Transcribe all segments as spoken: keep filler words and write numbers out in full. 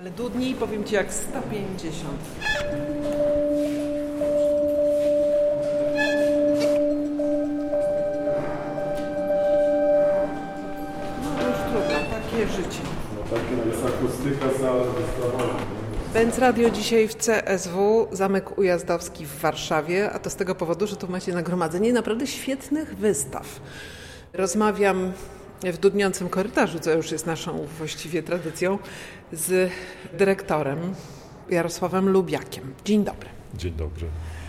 Ale dudniej powiem Ci jak sto pięćdziesiąt. No to już trudno, takie życie. No takie jest akustyka sala wystawowa. Benz Radio dzisiaj w C S W, Zamek Ujazdowski w Warszawie, a to z tego powodu, że tu macie nagromadzenie naprawdę świetnych wystaw. Rozmawiam w dudniącym korytarzu, co już jest naszą właściwie tradycją, z dyrektorem Jarosławem Lubiakiem. Dzień dobry. Dzień dobry.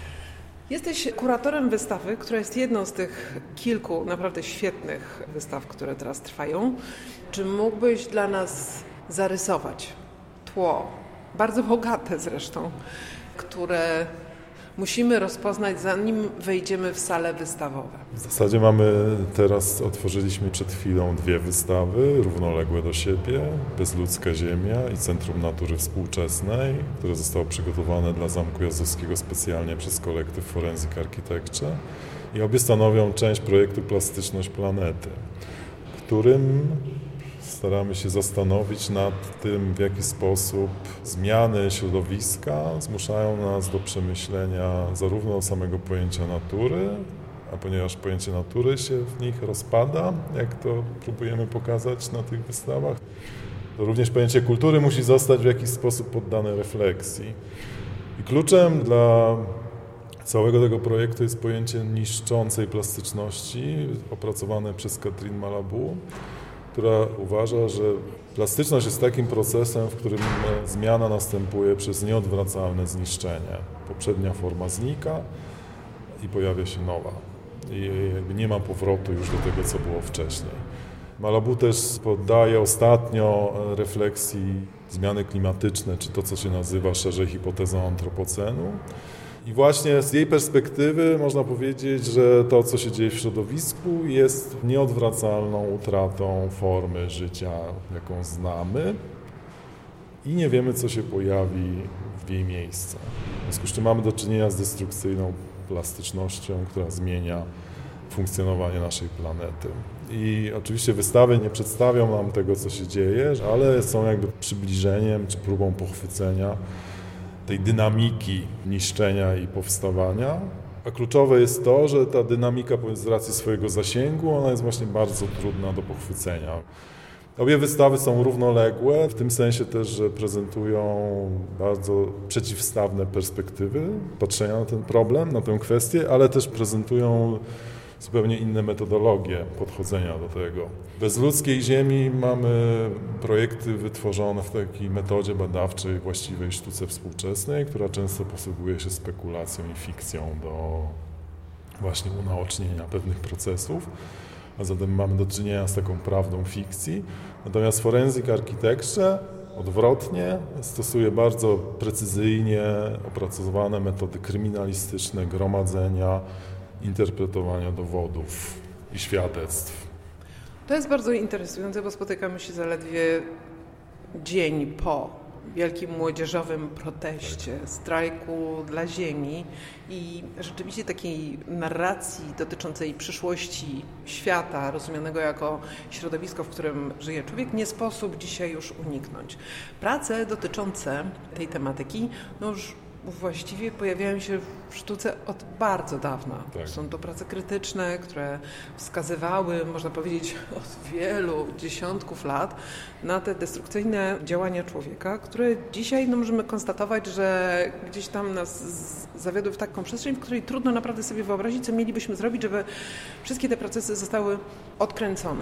Jesteś kuratorem wystawy, która jest jedną z tych kilku naprawdę świetnych wystaw, które teraz trwają. Czy mógłbyś dla nas zarysować tło, bardzo bogate zresztą, które musimy rozpoznać, zanim wejdziemy w sale wystawowe? W zasadzie mamy teraz, otworzyliśmy przed chwilą dwie wystawy równoległe do siebie, Bezludzka Ziemia i Centrum Natury Współczesnej, które zostało przygotowane dla Zamku Ujazdowskiego specjalnie przez kolektyw Forensic Architecture i obie stanowią część projektu Plastyczność Planety, w którym staramy się zastanowić nad tym, w jaki sposób zmiany środowiska zmuszają nas do przemyślenia zarówno samego pojęcia natury, a ponieważ pojęcie natury się w nich rozpada, jak to próbujemy pokazać na tych wystawach, to również pojęcie kultury musi zostać w jakiś sposób poddane refleksji. I kluczem dla całego tego projektu jest pojęcie niszczącej plastyczności opracowane przez Catherine Malabou, która uważa, że plastyczność jest takim procesem, w którym zmiana następuje przez nieodwracalne zniszczenie. Poprzednia forma znika i pojawia się nowa. I jakby nie ma powrotu już do tego, co było wcześniej. Malabou też poddaje ostatnio refleksji zmiany klimatyczne, czy to, co się nazywa szerzej hipotezą antropocenu. I właśnie z jej perspektywy można powiedzieć, że to, co się dzieje w środowisku, jest nieodwracalną utratą formy życia, jaką znamy i nie wiemy, co się pojawi w jej miejsce. W związku z czym mamy do czynienia z destrukcyjną plastycznością, która zmienia funkcjonowanie naszej planety. I oczywiście wystawy nie przedstawią nam tego, co się dzieje, ale są jakby przybliżeniem czy próbą pochwycenia tej dynamiki niszczenia i powstawania. A kluczowe jest to, że ta dynamika z racji swojego zasięgu, ona jest właśnie bardzo trudna do pochwycenia. Obie wystawy są równoległe, w tym sensie też, że prezentują bardzo przeciwstawne perspektywy patrzenia na ten problem, na tę kwestię, ale też prezentują zupełnie inne metodologie podchodzenia do tego. W Bezludzkiej Ziemi mamy projekty wytworzone w takiej metodzie badawczej właściwej sztuce współczesnej, która często posługuje się spekulacją i fikcją do właśnie unaocznienia pewnych procesów, a zatem mamy do czynienia z taką prawdą fikcji. Natomiast Forensic Architecture odwrotnie stosuje bardzo precyzyjnie opracowane metody kryminalistyczne, gromadzenia, interpretowania dowodów i świadectw. To jest bardzo interesujące, bo spotykamy się zaledwie dzień po wielkim młodzieżowym proteście, strajku dla ziemi i rzeczywiście takiej narracji dotyczącej przyszłości świata, rozumianego jako środowisko, w którym żyje człowiek, nie sposób dzisiaj już uniknąć. Prace dotyczące tej tematyki no już właściwie pojawiają się w sztuce od bardzo dawna. Tak. Są to prace krytyczne, które wskazywały, można powiedzieć, od wielu dziesiątków lat na te destrukcyjne działania człowieka, które dzisiaj no, możemy konstatować, że gdzieś tam nas zawiodły w taką przestrzeń, w której trudno naprawdę sobie wyobrazić, co mielibyśmy zrobić, żeby wszystkie te procesy zostały odkręcone.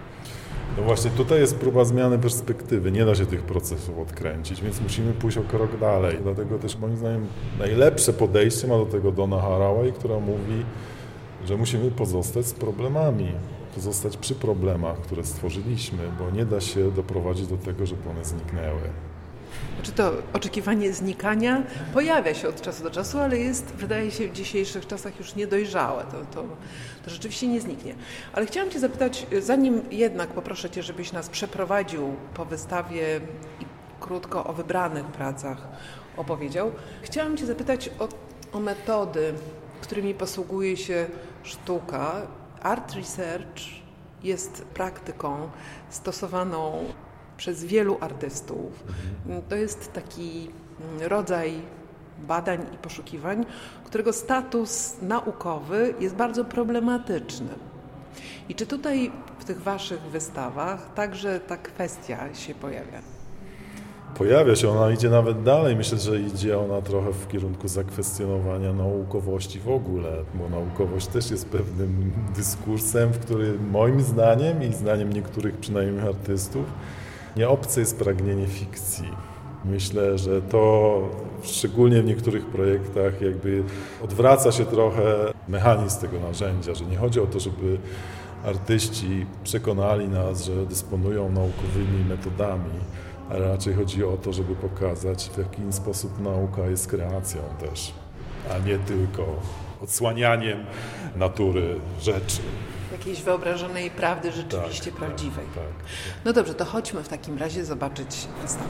No właśnie tutaj jest próba zmiany perspektywy. Nie da się tych procesów odkręcić, więc musimy pójść o krok dalej. Dlatego też moim zdaniem najlepsze podejście ma do tego Donna Haraway, która mówi, że musimy pozostać z problemami, pozostać przy problemach, które stworzyliśmy, bo nie da się doprowadzić do tego, żeby one zniknęły. Znaczy to oczekiwanie znikania pojawia się od czasu do czasu, ale jest, wydaje się, w dzisiejszych czasach już niedojrzałe. To, to, to rzeczywiście nie zniknie. Ale chciałam Cię zapytać, zanim jednak poproszę Cię, żebyś nas przeprowadził po wystawie i krótko o wybranych pracach opowiedział, chciałam Cię zapytać o, o metody, którymi posługuje się sztuka. Art research jest praktyką stosowaną przez wielu artystów. To jest taki rodzaj badań i poszukiwań, którego status naukowy jest bardzo problematyczny. I czy tutaj w tych waszych wystawach także ta kwestia się pojawia? Pojawia się, ona idzie nawet dalej. Myślę, że idzie ona trochę w kierunku zakwestionowania naukowości w ogóle, bo naukowość też jest pewnym dyskursem, w którym moim zdaniem i zdaniem niektórych przynajmniej artystów nie obce jest pragnienie fikcji. Myślę, że to szczególnie w niektórych projektach jakby odwraca się trochę mechanizm tego narzędzia, że nie chodzi o to, żeby artyści przekonali nas, że dysponują naukowymi metodami, ale raczej chodzi o to, żeby pokazać, w jaki sposób nauka jest kreacją też, a nie tylko odsłanianiem natury rzeczy. Jakiejś wyobrażonej prawdy rzeczywiście tak, prawdziwej. Tak, tak. No dobrze, to chodźmy w takim razie zobaczyć wystawę.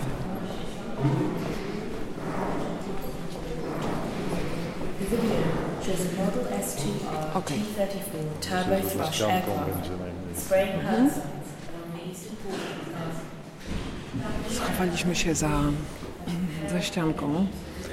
Okay. Mhm. Schowaliśmy się za, za ścianką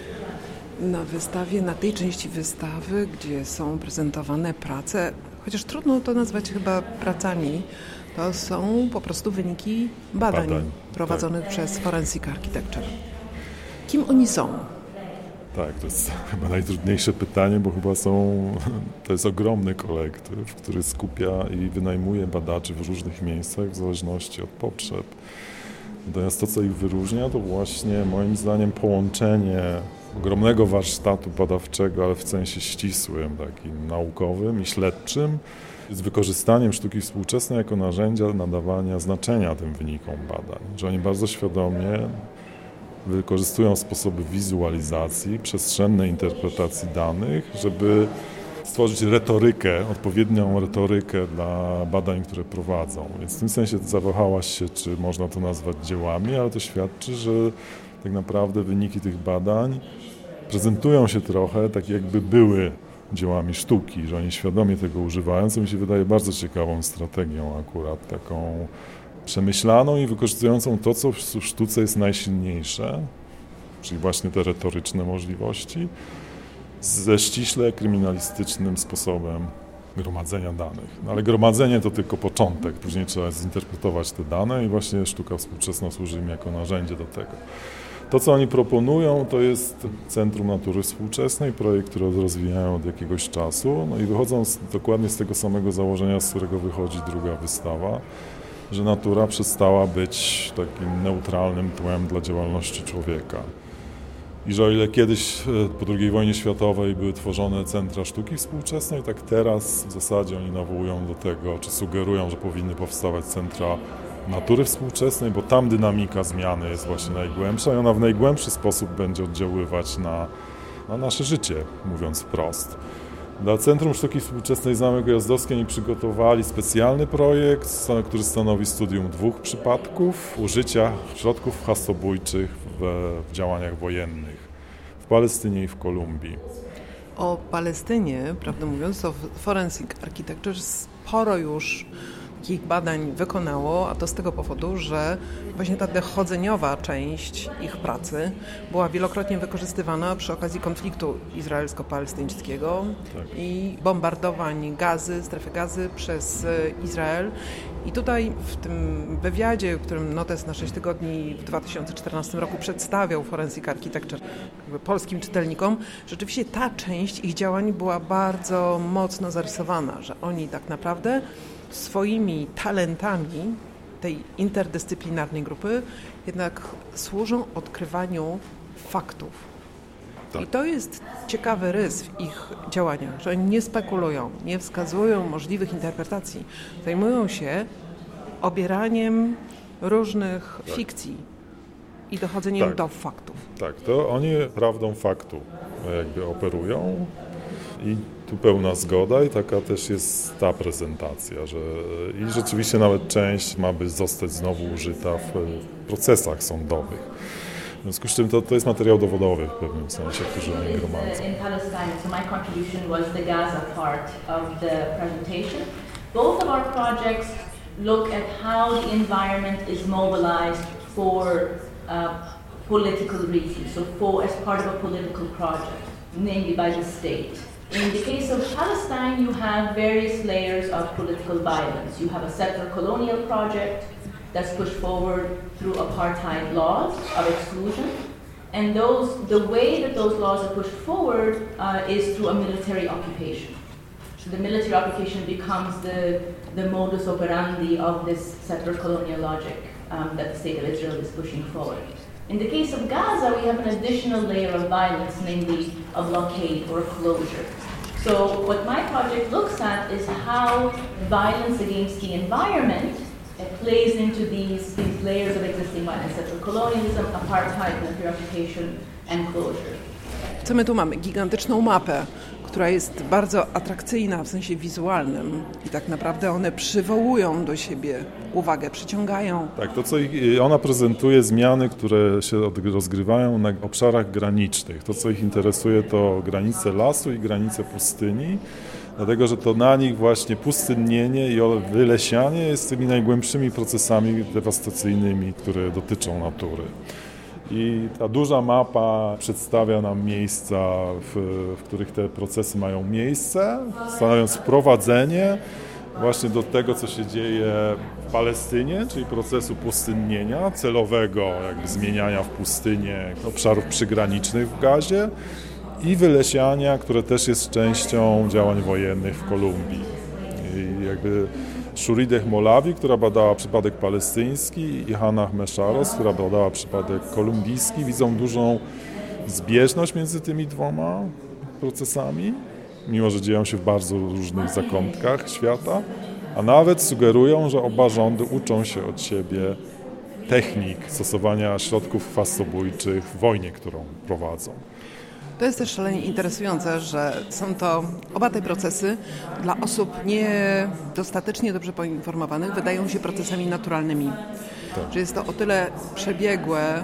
na wystawie, na tej części wystawy, gdzie są prezentowane prace, chociaż trudno to nazwać chyba pracami, to są po prostu wyniki badań, badań prowadzonych tak. przez Forensic Architecture. Kim oni są? Tak, to jest chyba najtrudniejsze pytanie, bo chyba są, to jest ogromny kolektyw, który skupia i wynajmuje badaczy w różnych miejscach w zależności od potrzeb. Natomiast to, co ich wyróżnia, to właśnie moim zdaniem połączenie ogromnego warsztatu badawczego, ale w sensie ścisłym, takim naukowym i śledczym, z wykorzystaniem sztuki współczesnej jako narzędzia nadawania znaczenia tym wynikom badań. Że oni bardzo świadomie wykorzystują sposoby wizualizacji, przestrzennej interpretacji danych, żeby stworzyć retorykę, odpowiednią retorykę dla badań, które prowadzą. Więc w tym sensie zawahałaś się, czy można to nazwać dziełami, ale to świadczy, że tak naprawdę wyniki tych badań prezentują się trochę tak, jakby były dziełami sztuki, że oni świadomie tego używają, co mi się wydaje bardzo ciekawą strategią akurat, taką przemyślaną i wykorzystującą to, co w sztuce jest najsilniejsze, czyli właśnie te retoryczne możliwości, ze ściśle kryminalistycznym sposobem gromadzenia danych. No ale gromadzenie to tylko początek, później trzeba zinterpretować te dane i właśnie sztuka współczesna służy im jako narzędzie do tego. To, co oni proponują, to jest Centrum Natury Współczesnej, projekt, który rozwijają od jakiegoś czasu, no i wychodzą z, dokładnie z tego samego założenia, z którego wychodzi druga wystawa, że natura przestała być takim neutralnym tłem dla działalności człowieka. I że o ile kiedyś po drugiej wojnie światowej były tworzone centra sztuki współczesnej, tak teraz w zasadzie oni nawołują do tego, czy sugerują, że powinny powstawać centra natury współczesnej, bo tam dynamika zmiany jest właśnie najgłębsza i ona w najgłębszy sposób będzie oddziaływać na, na nasze życie, mówiąc wprost. Dla Centrum Sztuki Współczesnej Zamek Ujazdowski oni przygotowali specjalny projekt, który stanowi studium dwóch przypadków użycia środków hassobójczych w, w działaniach wojennych w Palestynie i w Kolumbii. O Palestynie, prawdę mówiąc, to Forensic Architecture sporo już takich badań wykonało, a to z tego powodu, że właśnie ta dochodzeniowa część ich pracy była wielokrotnie wykorzystywana przy okazji konfliktu izraelsko-palestyńskiego tak. i bombardowań Gazy, strefy Gazy przez Izrael. I tutaj w tym wywiadzie, którym Notes na sześć tygodni w dwa tysiące czternastym roku przedstawiał Forensic Architecture polskim czytelnikom, rzeczywiście ta część ich działań była bardzo mocno zarysowana, że oni tak naprawdę swoimi talentami tej interdyscyplinarnej grupy jednak służą odkrywaniu faktów. Tak. I to jest ciekawy rys w ich działaniach, że oni nie spekulują, nie wskazują możliwych interpretacji, zajmują się obieraniem różnych tak. fikcji i dochodzeniem tak. do faktów. Tak, to oni prawdą faktu jakby operują i tu pełna zgoda i taka też jest ta prezentacja, że i rzeczywiście nawet część ma by zostać znowu użyta w procesach sądowych. W związku z czym to, to jest materiał dowodowy w pewnym sensie, który oni gromadzą. In Palestine, so my contribution was the Gaza part of the presentation. Both of our projects look at how the environment is mobilized for uh, political reasons, so for as part of a political project, namely by the state. In the case of Palestine, you have various layers of political violence. You have a settler colonial project that's pushed forward through apartheid laws of exclusion. And those, the way that those laws are pushed forward uh, is through a military occupation. So the military occupation becomes the, the modus operandi of this settler colonial logic um, that the state of Israel is pushing forward. In the case of Gaza, we have an additional layer of violence, namely a blockade or a closure. So what my project looks at is how violence against the environment plays into these, these layers of existing violence, such as colonialism, apartheid, military occupation, and closure. Co my tu mamy? Gigantyczną mapę, która jest bardzo atrakcyjna w sensie wizualnym i tak naprawdę one przywołują do siebie uwagę, przyciągają. Tak, to co ich, ona prezentuje zmiany, które się rozgrywają na obszarach granicznych. To co ich interesuje to granice lasu i granice pustyni, dlatego że to na nich właśnie pustynnienie i wylesianie jest tymi najgłębszymi procesami dewastacyjnymi, które dotyczą natury. I ta duża mapa przedstawia nam miejsca, w, w których te procesy mają miejsce, stanowiąc wprowadzenie właśnie do tego, co się dzieje w Palestynie, czyli procesu pustynnienia, celowego jakby zmieniania w pustynię obszarów przygranicznych w Gazie i wylesiania, które też jest częścią działań wojennych w Kolumbii. I jakby Shurideh Molawi, która badała przypadek palestyński, i Hannah Mesharos, która badała przypadek kolumbijski, widzą dużą zbieżność między tymi dwoma procesami, mimo że dzieją się w bardzo różnych zakątkach świata, a nawet sugerują, że oba rządy uczą się od siebie technik stosowania środków chwastobójczych w wojnie, którą prowadzą. To jest też szalenie interesujące, że są to oba te procesy dla osób niedostatecznie dobrze poinformowanych wydają się procesami naturalnymi. Tak. Że jest to o tyle przebiegłe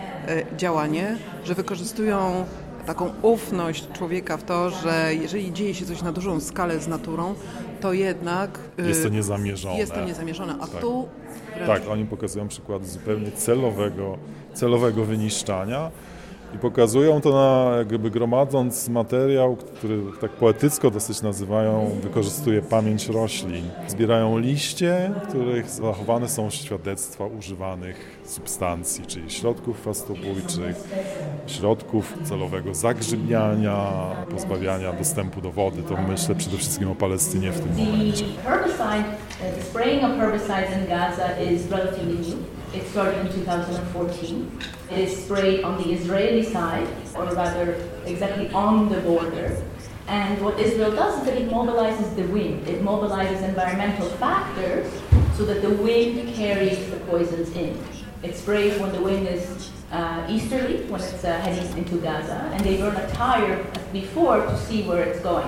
działanie, że wykorzystują taką ufność człowieka w to, że jeżeli dzieje się coś na dużą skalę z naturą, to jednak jest to niezamierzone. Jest to niezamierzone, a tak. tu... Wręcz... Tak, oni pokazują przykład zupełnie celowego, celowego wyniszczania. I pokazują to na, jakby gromadząc materiał, który tak poetycko dosyć nazywają, wykorzystuje pamięć roślin. Zbierają liście, w których zachowane są świadectwa używanych substancji, czyli środków chwastobójczych, środków celowego zagrzybniania, pozbawiania dostępu do wody. To myślę przede wszystkim o Palestynie w tym momencie. The herbicide, the spraying of herbicides in Gaza is relatively new. It started in two thousand fourteen. It is sprayed on the Israeli side, or rather exactly on the border. And what Israel does is that it mobilizes the wind. It mobilizes environmental factors so that the wind carries the poisons in. It sprays when the wind is uh, easterly, when it's uh, heading into Gaza, and they burn a tire before to see where it's going.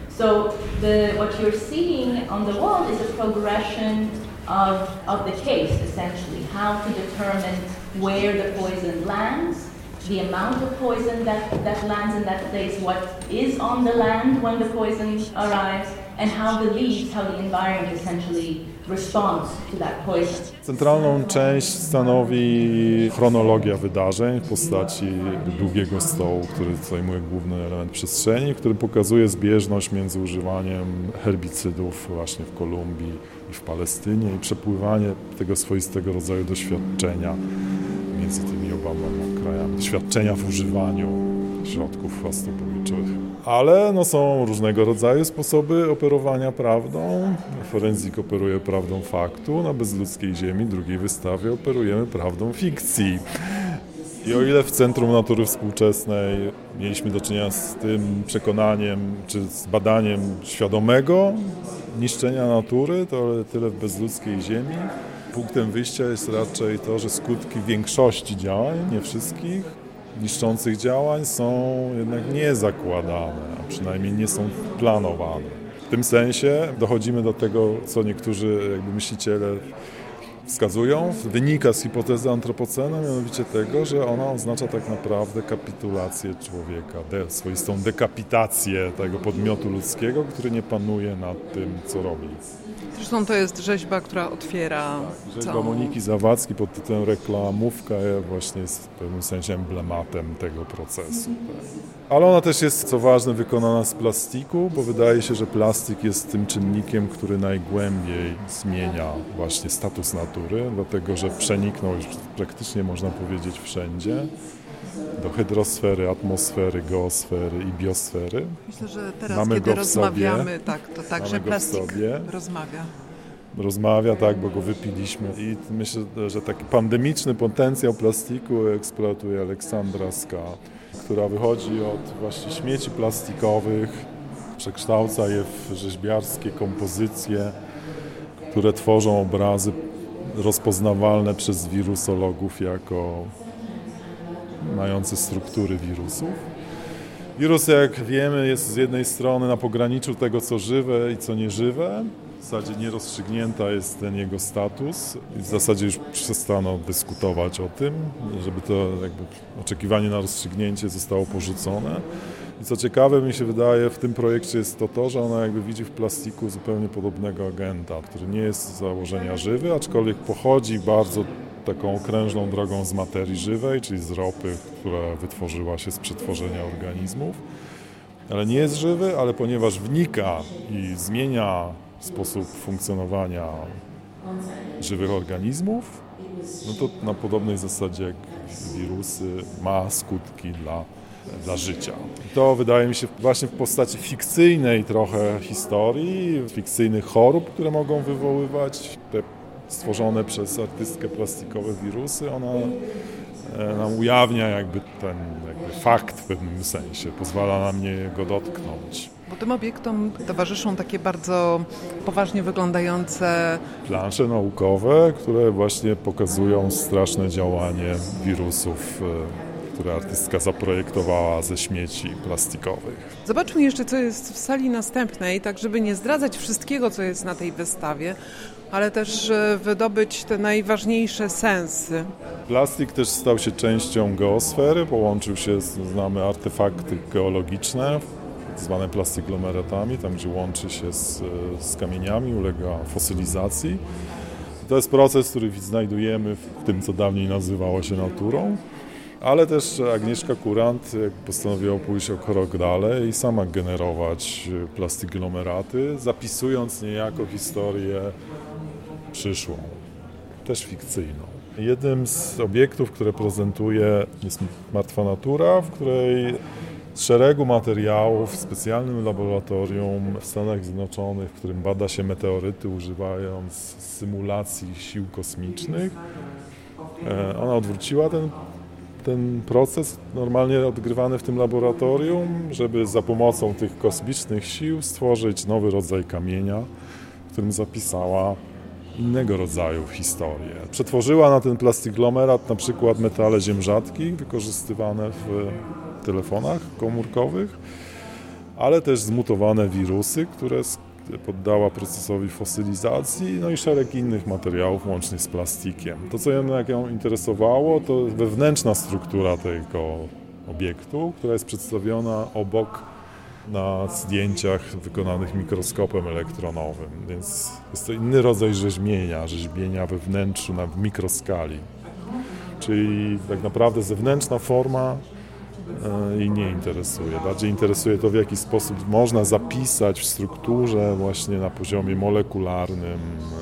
So the, what you're seeing on the wall is a progression Of, of the case, essentially, how to determine where the poison lands, the amount of poison that, that lands in that place, what is on the land when the poison arrives, and how the leaves, how the environment essentially responds to that poison. Centralną część stanowi chronologia wydarzeń w postaci długiego stołu, który zajmuje główny element przestrzeni, który pokazuje zbieżność między używaniem herbicydów właśnie w Kolumbii i w Palestynie i przepływanie tego swoistego rodzaju doświadczenia między tymi oboma krajami, doświadczenia w używaniu środków chwastobójczych. Ale no, są różnego rodzaju sposoby operowania prawdą. Forenzik operuje prawdą faktu, na bezludzkiej ziemi, drugiej wystawie operujemy prawdą fikcji. I o ile w Centrum Natury Współczesnej mieliśmy do czynienia z tym przekonaniem, czy z badaniem świadomego niszczenia natury, to tyle w bezludzkiej ziemi. Punktem wyjścia jest raczej to, że skutki większości działań, nie wszystkich, niszczących działań są jednak niezakładane, a przynajmniej nie są planowane. W tym sensie dochodzimy do tego, co niektórzy jakby myśliciele wskazują, wynika z hipotezy antropocenu, mianowicie tego, że ona oznacza tak naprawdę kapitulację człowieka, de, swoistą dekapitację tego podmiotu ludzkiego, który nie panuje nad tym, co robi. Zresztą to jest rzeźba, która otwiera tak, Rzeźba całą... Moniki Zawadzkiej pod tytułem Reklamówka właśnie jest w pewnym sensie emblematem tego procesu. Tak. Ale ona też jest, co ważne, wykonana z plastiku, bo wydaje się, że plastik jest tym czynnikiem, który najgłębiej zmienia właśnie status natury, dlatego że przeniknął już praktycznie, można powiedzieć, wszędzie. Do hydrosfery, atmosfery, geosfery i biosfery. Myślę, że teraz, mamy kiedy go w rozmawiamy, sobie, tak, to także plastik rozmawia. Rozmawia, tak, bo go wypiliśmy i myślę, że taki pandemiczny potencjał plastiku eksploatuje Aleksandra Ska, która wychodzi od właśnie śmieci plastikowych, przekształca je w rzeźbiarskie kompozycje, które tworzą obrazy rozpoznawalne przez wirusologów jako mające struktury wirusów. Wirus, jak wiemy, jest z jednej strony na pograniczu tego, co żywe i co nieżywe. W zasadzie nierozstrzygnięta jest ten jego status i w zasadzie już przestano dyskutować o tym, żeby to jakby oczekiwanie na rozstrzygnięcie zostało porzucone. I co ciekawe, mi się wydaje, w tym projekcie jest to to, że ona jakby widzi w plastiku zupełnie podobnego agenta, który nie jest z założenia żywy, aczkolwiek pochodzi bardzo taką okrężną drogą z materii żywej, czyli z ropy, która wytworzyła się z przetworzenia organizmów, ale nie jest żywy, ale ponieważ wnika i zmienia sposób funkcjonowania żywych organizmów, no to na podobnej zasadzie jak wirusy ma skutki dla, dla życia. To wydaje mi się właśnie w postaci fikcyjnej trochę historii, fikcyjnych chorób, które mogą wywoływać te stworzone przez artystkę plastikowe wirusy, ona nam ujawnia jakby ten jakby fakt w pewnym sensie, pozwala nam mnie go dotknąć. Bo tym obiektom towarzyszą takie bardzo poważnie wyglądające plansze naukowe, które właśnie pokazują straszne działanie wirusów, które artystka zaprojektowała ze śmieci plastikowych. Zobaczmy jeszcze, co jest w sali następnej, tak żeby nie zdradzać wszystkiego, co jest na tej wystawie, ale też wydobyć te najważniejsze sensy. Plastik też stał się częścią geosfery, połączył się, znamy artefakty geologiczne, zwane plastyglomeratami, tam gdzie łączy się z, z kamieniami, ulega fosylizacji. To jest proces, który znajdujemy w tym, co dawniej nazywało się naturą, ale też Agnieszka Kurant postanowiła pójść o krok dalej i sama generować plastyglomeraty, zapisując niejako historię przyszłą, też fikcyjną. Jednym z obiektów, które prezentuje, jest Martwa Natura, w której z szeregu materiałów w specjalnym laboratorium w Stanach Zjednoczonych, w którym bada się meteoryty używając symulacji sił kosmicznych. Ona odwróciła ten, ten proces normalnie odgrywany w tym laboratorium, żeby za pomocą tych kosmicznych sił stworzyć nowy rodzaj kamienia, w którym zapisała innego rodzaju historię. Przetworzyła na ten plastyglomerat na przykład metale ziem rzadkich wykorzystywane w telefonach komórkowych, ale też zmutowane wirusy, które poddała procesowi fosylizacji, no i szereg innych materiałów łącznie z plastikiem. To, co jednak ją interesowało, to wewnętrzna struktura tego obiektu, która jest przedstawiona obok na zdjęciach wykonanych mikroskopem elektronowym, więc jest to inny rodzaj rzeźbienia, rzeźbienia we wnętrzu na mikroskali. Czyli tak naprawdę zewnętrzna forma jej nie interesuje. Bardziej interesuje to, w jaki sposób można zapisać w strukturze właśnie na poziomie molekularnym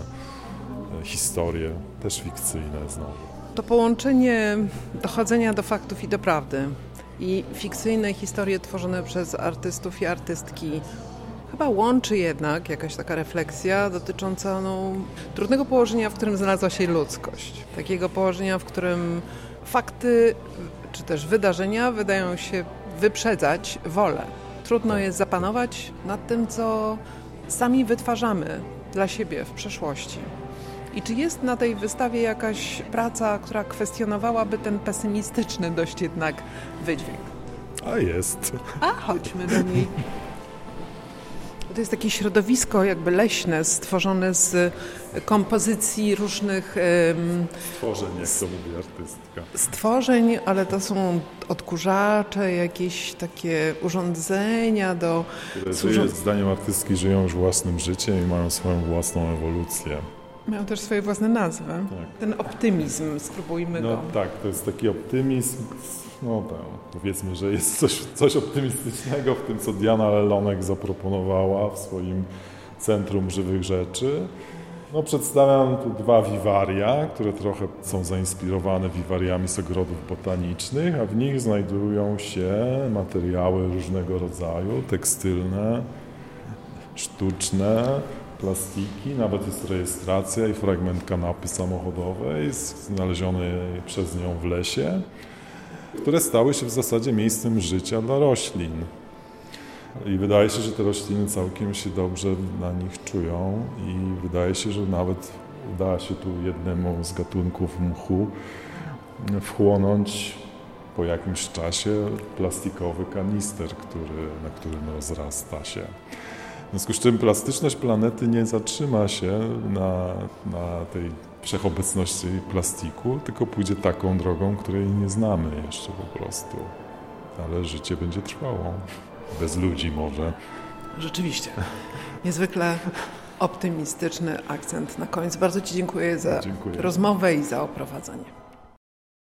historie, też fikcyjne znowu. To połączenie dochodzenia do faktów i do prawdy i fikcyjne historie tworzone przez artystów i artystki chyba łączy jednak jakaś taka refleksja dotycząca no, trudnego położenia, w którym znalazła się ludzkość. Takiego położenia, w którym fakty czy też wydarzenia wydają się wyprzedzać wolę. Trudno jest zapanować nad tym, co sami wytwarzamy dla siebie w przeszłości. I czy jest na tej wystawie jakaś praca, która kwestionowałaby ten pesymistyczny dość jednak wydźwięk? A jest. A chodźmy do niej. To jest takie środowisko jakby leśne, stworzone z kompozycji różnych um, stworzeń, jak to mówi artystka. Stworzeń, ale to są odkurzacze, jakieś takie urządzenia do... Które żyje, zdaniem artystki żyją już własnym życiem i mają swoją własną ewolucję. Mają też swoje własne nazwy. Tak. Ten optymizm, spróbujmy no, go. No tak, to jest taki optymizm, no tak, powiedzmy, że jest coś, coś optymistycznego w tym, co Diana Lelonek zaproponowała w swoim Centrum Żywych Rzeczy. No, przedstawiam tu dwa wiwaria, które trochę są zainspirowane wiwariami z ogrodów botanicznych, a w nich znajdują się materiały różnego rodzaju, tekstylne, sztuczne, plastiki, nawet jest rejestracja i fragment kanapy samochodowej znalezionej przez nią w lesie, które stały się w zasadzie miejscem życia dla roślin. I wydaje się, że te rośliny całkiem się dobrze na nich czują i wydaje się, że nawet uda się tu jednemu z gatunków mchu wchłonąć po jakimś czasie plastikowy kanister, który, na którym rozrasta się. W związku z czym plastyczność planety nie zatrzyma się na, na tej wszechobecności plastiku, tylko pójdzie taką drogą, której nie znamy jeszcze po prostu. Ale życie będzie trwało. Bez ludzi może. Rzeczywiście. Niezwykle optymistyczny akcent na koniec. Bardzo Ci dziękuję za dziękuję. rozmowę i za oprowadzenie.